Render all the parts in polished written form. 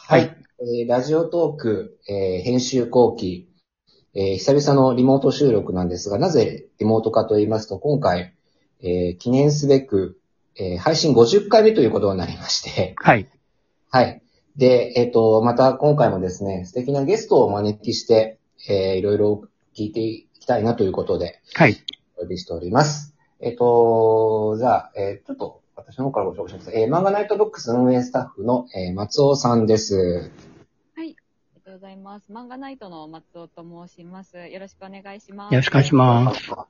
はい。ラジオトーク、編集後期、久々のリモート収録なんですが、なぜリモートかと言いますと、今回、記念すべく、配信50回目ということになりまして、 はい。 はい。で、また今回もですね、素敵なゲストをお招きして、いろいろ聞いていきたいなということで、 はい。 お呼びしております。じゃあ、ちょっと私の方からご紹介します。漫画ナイトブックス運営スタッフの、松尾さんです。 はい。ありがとうございます。漫画ナイトの松尾と申します。よろしくお願いします。 よろしくお願いします。 はい、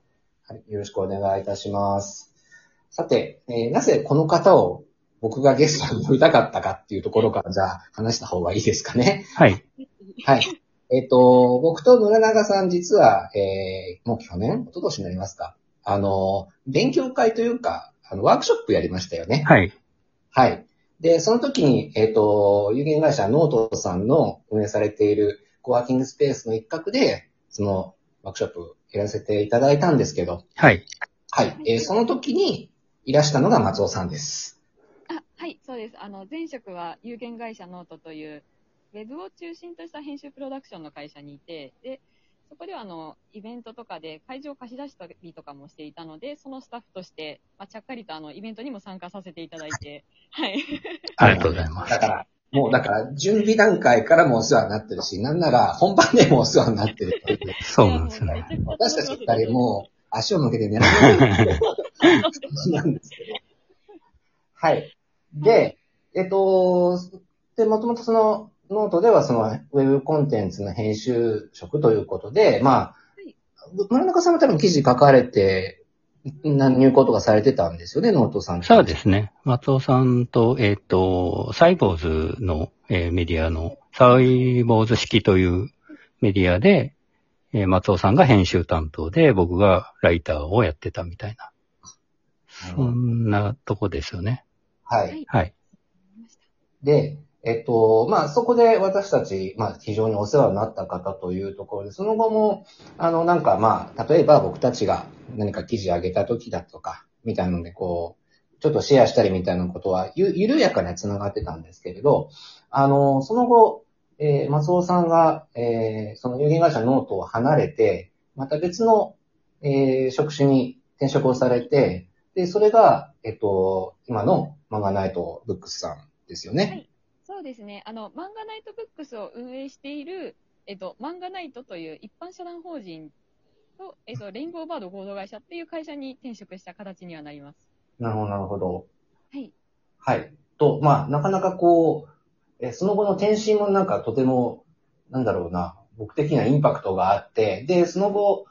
よろしくお願いいたします。さて、なぜこの方を僕がゲストに呼びたかったかっていうところからじゃあ話した方がいいですかね。 はい。 はい。僕と村永さん実は、もう去年、一昨年になりますか。勉強会というか、ワークショップやりましたよね。 はい。 はい。で、その時に、有限会社ノートさんの運営されているコワーキングスペースの一角で、そのワークショップやらせていただいたんですけど、 はい。 はい。その時にいらしたのが松尾さんです。 はい、そうです。前職は有限会社ノートという、ウェブを中心とした編集プロダクションの会社にいて、で、そこではイベントとかで会場を貸し出したりとかもしていたので、そのスタッフとして、ちゃっかりとイベントにも参加させていただいて、はい。 ありがとうございます。 だから、準備段階からもお世話になってるし、なんなら本番でもお世話になってるという。 そうなんですね。 私たち二人も足を向けて寝られないなんですけど。はい。で、で、もともとそのノートではそのウェブコンテンツの編集職ということで、村中さんも多分記事書かれて、入稿とかされてたんですよね、ノートさん。 そうですね。松尾さんと、サイボーズの、メディアの、サイボーズ式というメディアで、松尾さんが編集担当で、僕がライターをやってたみたいな。そんなとこですよね。 はい。 はい。 で、そこで私たち、非常にお世話になった方というところで、その後も、例えば僕たちが何か記事上げた時だとか、みたいなので、こう、ちょっとシェアしたりみたいなことは、緩やかに繋がってたんですけれど、その後、松尾さんが、その有限会社ノートを離れて、また別の、職種に転職をされて、で、それが、今の漫画ナイトブックスさんですよね。 はい。そうですね。漫画ナイトブックスを運営している、漫画ナイトという一般社団法人と、レインボーバード合同会社っていう会社に転職した形にはなります。 なるほど、なるほど。 はい。 はい。と、なかなかこう、その後の転身もなんかとても、僕的なインパクトがあって、で、その後、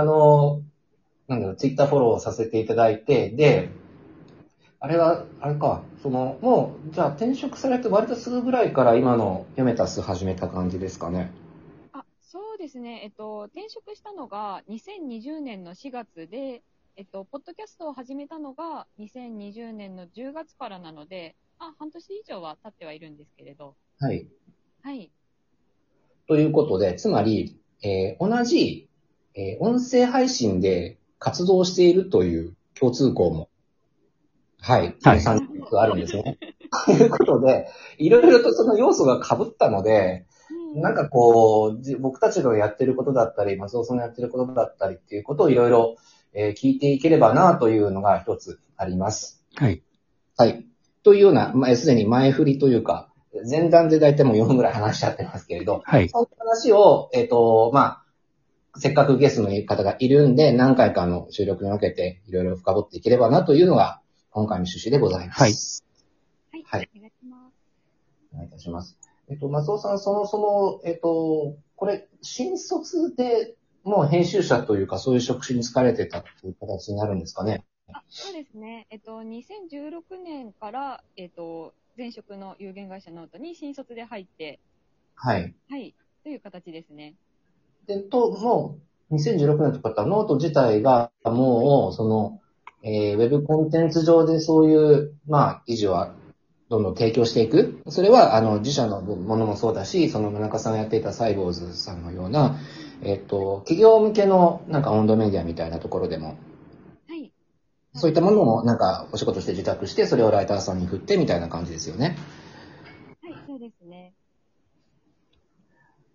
ツイッターフォローさせていただいて、で、あれか、もう、じゃあ転職されて割とすぐぐらいから今のヨメタス始めた感じですかね。 そうですね。転職したのが2020年の4月で、ポッドキャストを始めたのが2020年の10月からなので、半年以上は経ってはいるんですけれど。 はい。 はい。 ということで、つまり、同じ、音声配信で活動しているという共通項も、はい、 はい。 3つあるんですね。ということで、いろいろとその要素が被ったので、なんかこう、僕たちのやってることだったり、松尾さんのやってることだったりっていうことをいろいろ聞いていければなというのが一つあります。 はい。 はい。というような、すでに前振りというか、前段で大体もう4分ぐらい話しちゃってますけれど、 はい。 その話を、せっかくゲストの方がいるんで、何回かの収録に分けていろいろ深掘っていければなというのが、今回の趣旨でございます。 はい。お願いします。 お願いいたします。松尾さん、そもそも、これ、新卒でもう編集者というか、そういう職種に就かれてたという形になるんですかね。 そうですね。2016年から、前職の有限会社ノートに新卒で入って、 はい。 はい。という形ですね。 で、もう、2016年とかったらノート自体がもう、ウェブコンテンツ上でそういう、記事はどんどん提供していく。それは、自社のものもそうだし、その村中さんがやっていたサイボーズさんのような、企業向けのオンドメディアみたいなところでも、 はい。 そういったものもお仕事して受託して、それをライターさんに振ってみたいな感じですよね。 はい、そうですね。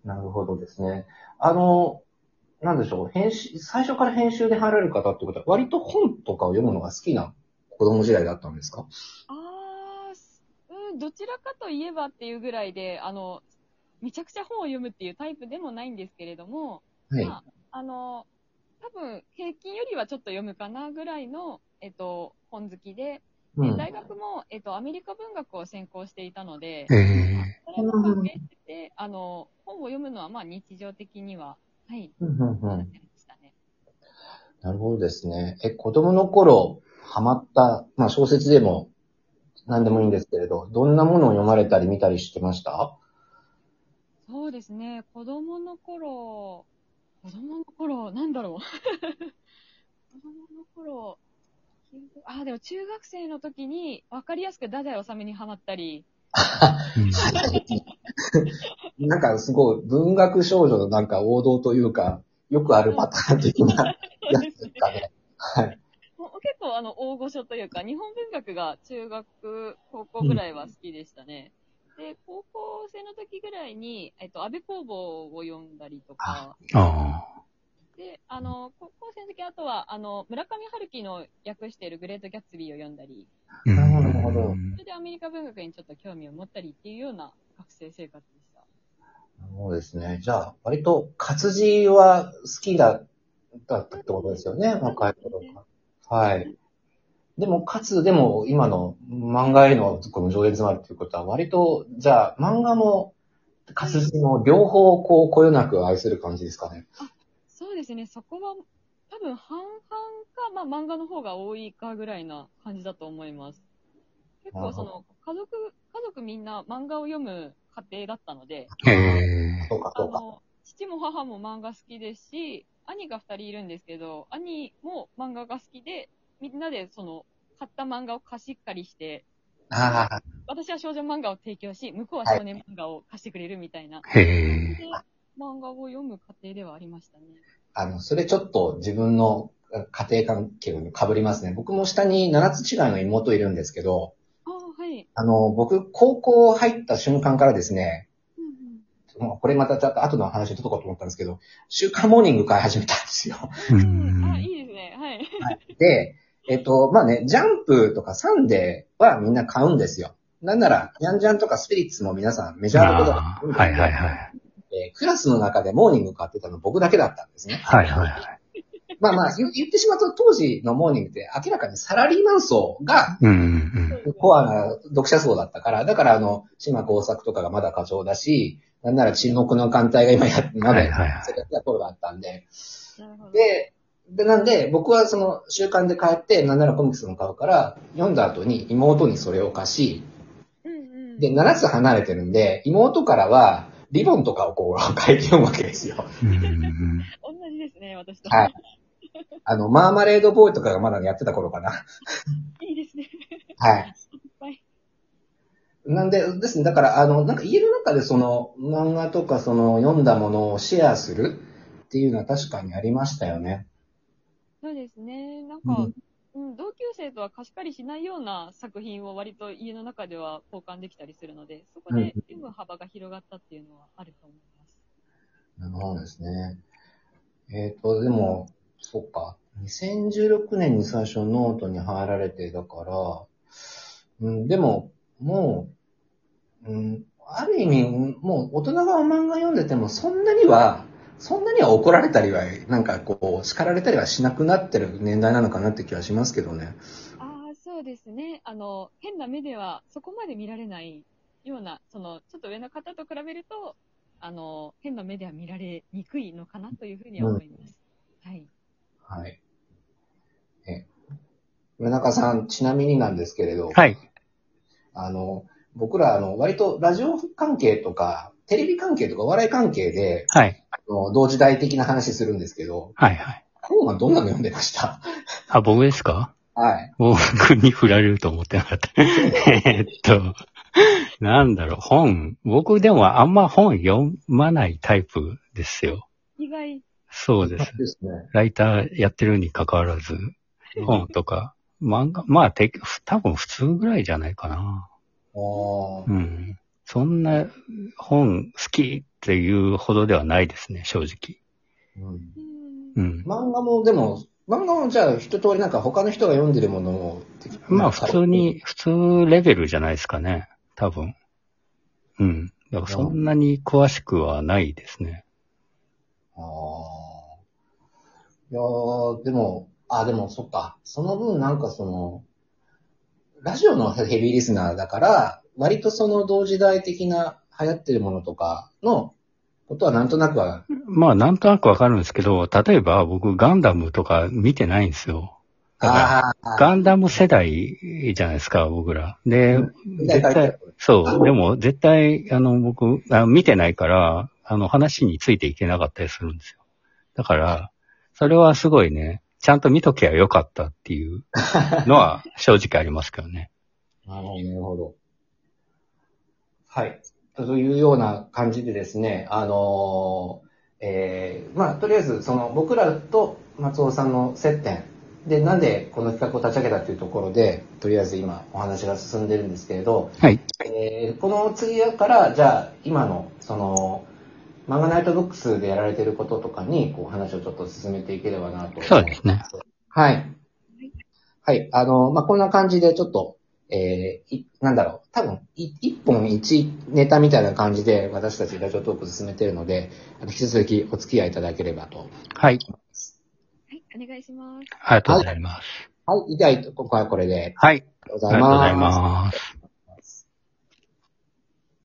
なるほどですね。なんでしょう、最初から編集で入られる方ってことは、割と本とかを読むのが好きな子供時代だったんですか？ どちらかといえばっていうぐらいで、めちゃくちゃ本を読むっていうタイプでもないんですけれども、 はい。 まあ、多分平均よりはちょっと読むかなぐらいの、本好きで、 うん。 大学も、アメリカ文学を専攻していたので、それも関うん、 係してて、本を読むのはまあ日常的には、はい、 うん、うん。 やってましたね。 なるほどですね。子供の頃、ハマった、まあ小説でも何でもいいんですけれど、どんなものを読まれたり見たりしてました？ そうですね、子供の頃、なんだろう。子供の頃、でも中学生の時に分かりやすく太宰治にハマったり、 なんかすごい文学少女のなんか王道というか、よくあるパターン的なやつそうですね。 ですかね。はい。 もう結構大御所というか、日本文学が中学、高校うん。 ぐらいは好きでしたね。で、高校生の時ぐらいに、安部公房を読んだりとあ、 か、 あで、高校生の時、あとは、村上春樹の訳しているグレート・ギャッツビーを読んだり、 あ。 なるほど、なるほど。 それでアメリカ文学にちょっと興味を持ったりっていうような学生生活でした。 そうですね。じゃあ、割と活字は好きだったってことですよね、 そうで若いすね。 頃から。はい。でも、でも、今の漫画へのこの情熱もあるということは、割と、じゃあ、漫画もはい。 活字も両方、こう、こよなく愛する感じですかね。 あ、そうですね。そこは、多分半々か、まあ漫画の方が多いかぐらいな感じだと思います。結構なるほど。 家族みんな漫画を読む家庭だったので、 へえ。 そうか、そうか。 父も母も漫画好きですし、兄が2人いるんですけど、兄も漫画が好きで、みんなで買った漫画を貸し借りして、で、 ああ、 私は少女漫画を提供し、向こうははい。 少年漫画を貸してくれるみたいなへ感じでえ。 漫画を読む過程ではありましたね。 それちょっと自分の家庭関係に被りますね。僕も下に7つ違いの妹いるんですけど、 はい。 僕、高校入った瞬間からですね、 うんうん。 もうこれまたちょっと後の話で届こうと思ったんですけど、週刊モーニング買い始めたんですよ。 ういん。 いですね。はい。 はい。で、まあね、ジャンプとかサンデーはみんな買うんですよ。なんなら、ヤンジャンとかスピリッツも皆さんメジャーどころで買ああ、はいはいうんですけど、 はい。 クラスの中でモーニング買ってたの僕だけだったんですね。 はいはいはい。 まあまあ、言ってしまうと当時のモーニングって明らかにサラリーマン層がうんうんそうですよね。 コアな読者層だったから、だから島耕作とかがまだ課長だし、なんなら沈黙の艦隊がまだはいはいはい。 世界な頃があったんで、 なるほど。 なんで、僕はその週刊で帰って、なんならコミックスも買うから、読んだ後に妹にそれを貸し、 うんうん。 で、7つ離れてるんで、妹からは、リボンとかをこう、書いて読むわけですよ。 うんうん同じですね、私と。 はい。マーマレードボーイとかがまだやってた頃かな。 いいですね。 はい。 いっぱい。 なんで、ですね、だから、なんか家の中でその、漫画とかその、読んだものをシェアするっていうのは確かにありましたよね。 そうですね。なんか、 うん。 同級生とは貸し借りしないような作品を割と家の中では交換できたりするので、そこうん。 で読む幅が広がったっていうのはあると思います。 なるほどですね。でも、そっか。2016年に最初ノートに入られて、だから、うん、でも、もう、うん、ある意味、もう大人が漫画読んでても、そんなには怒られたりは、なんかこう、叱られたりはしなくなってる年代なのかなって気はしますけどね。 そうですね。変な目ではそこまで見られないような、ちょっと上の方と比べると、変な目では見られにくいのかなというふうにはうん。 思います。はい。 はい。村中さん、ちなみになんですけれど、 はい。 あの、僕ら、割とラジオ関係とか、テレビ関係とかお笑い関係で、 はい。 同時代的な話するんですけど、 はいはい。 本はどんなの読んでました？ あ、僕ですか？ はい。 僕に振られると思ってなかった。なんだろう、僕でもあんま本読まないタイプですよ。 意外。 そうです。 ですね。 ライターやってるに関わらず、本とか、漫画、まあ、多分普通ぐらいじゃないかな。 ああ。 うん。そんな本好きっっていうほどではないですね、正直。 漫画もでも、漫画もじゃあ一通りなんか他の人が読んでるものを。 まあ普通レベルじゃないですかね、多分。だからそんなに詳しくはないですね。 いやー、でもそっか。その分なんかラジオのヘビーリスナーだから、割と同時代的な流行ってるものとかのことはなんとなくは。 まあなんとなくわかるんですけど、例えば僕ガンダムとか見てないんですよ。だからガンダム世代じゃないですか、僕ら。で、絶対、そう。でも絶対、僕見てないから、話についていけなかったりするんですよ。だから、それはすごいね、ちゃんと見ときゃよかったっていうのは正直ありますけどね。 なるほど。はい。というような感じでですね、まあ、とりあえず、僕らと松尾さんの接点で、なんでこの企画を立ち上げたというところで、とりあえず今お話が進んでるんですけれど、 はい。 この次から、じゃあ、今の、漫画ナイトブックスでやられていることとかに、話をちょっと進めていければなと。 そうですね。 はい。はい。まあ、こんな感じでちょっと、なんだろう、多分、一本一ネタみたいな感じで私たちラジオトーク進めているので、引き続きお付き合いいただければと。 はい。 はい、お願いします。 ありがとうございます。 はい。じゃあ、今回はこれで。 はい。 ありがとうございます。 ありがとうございます。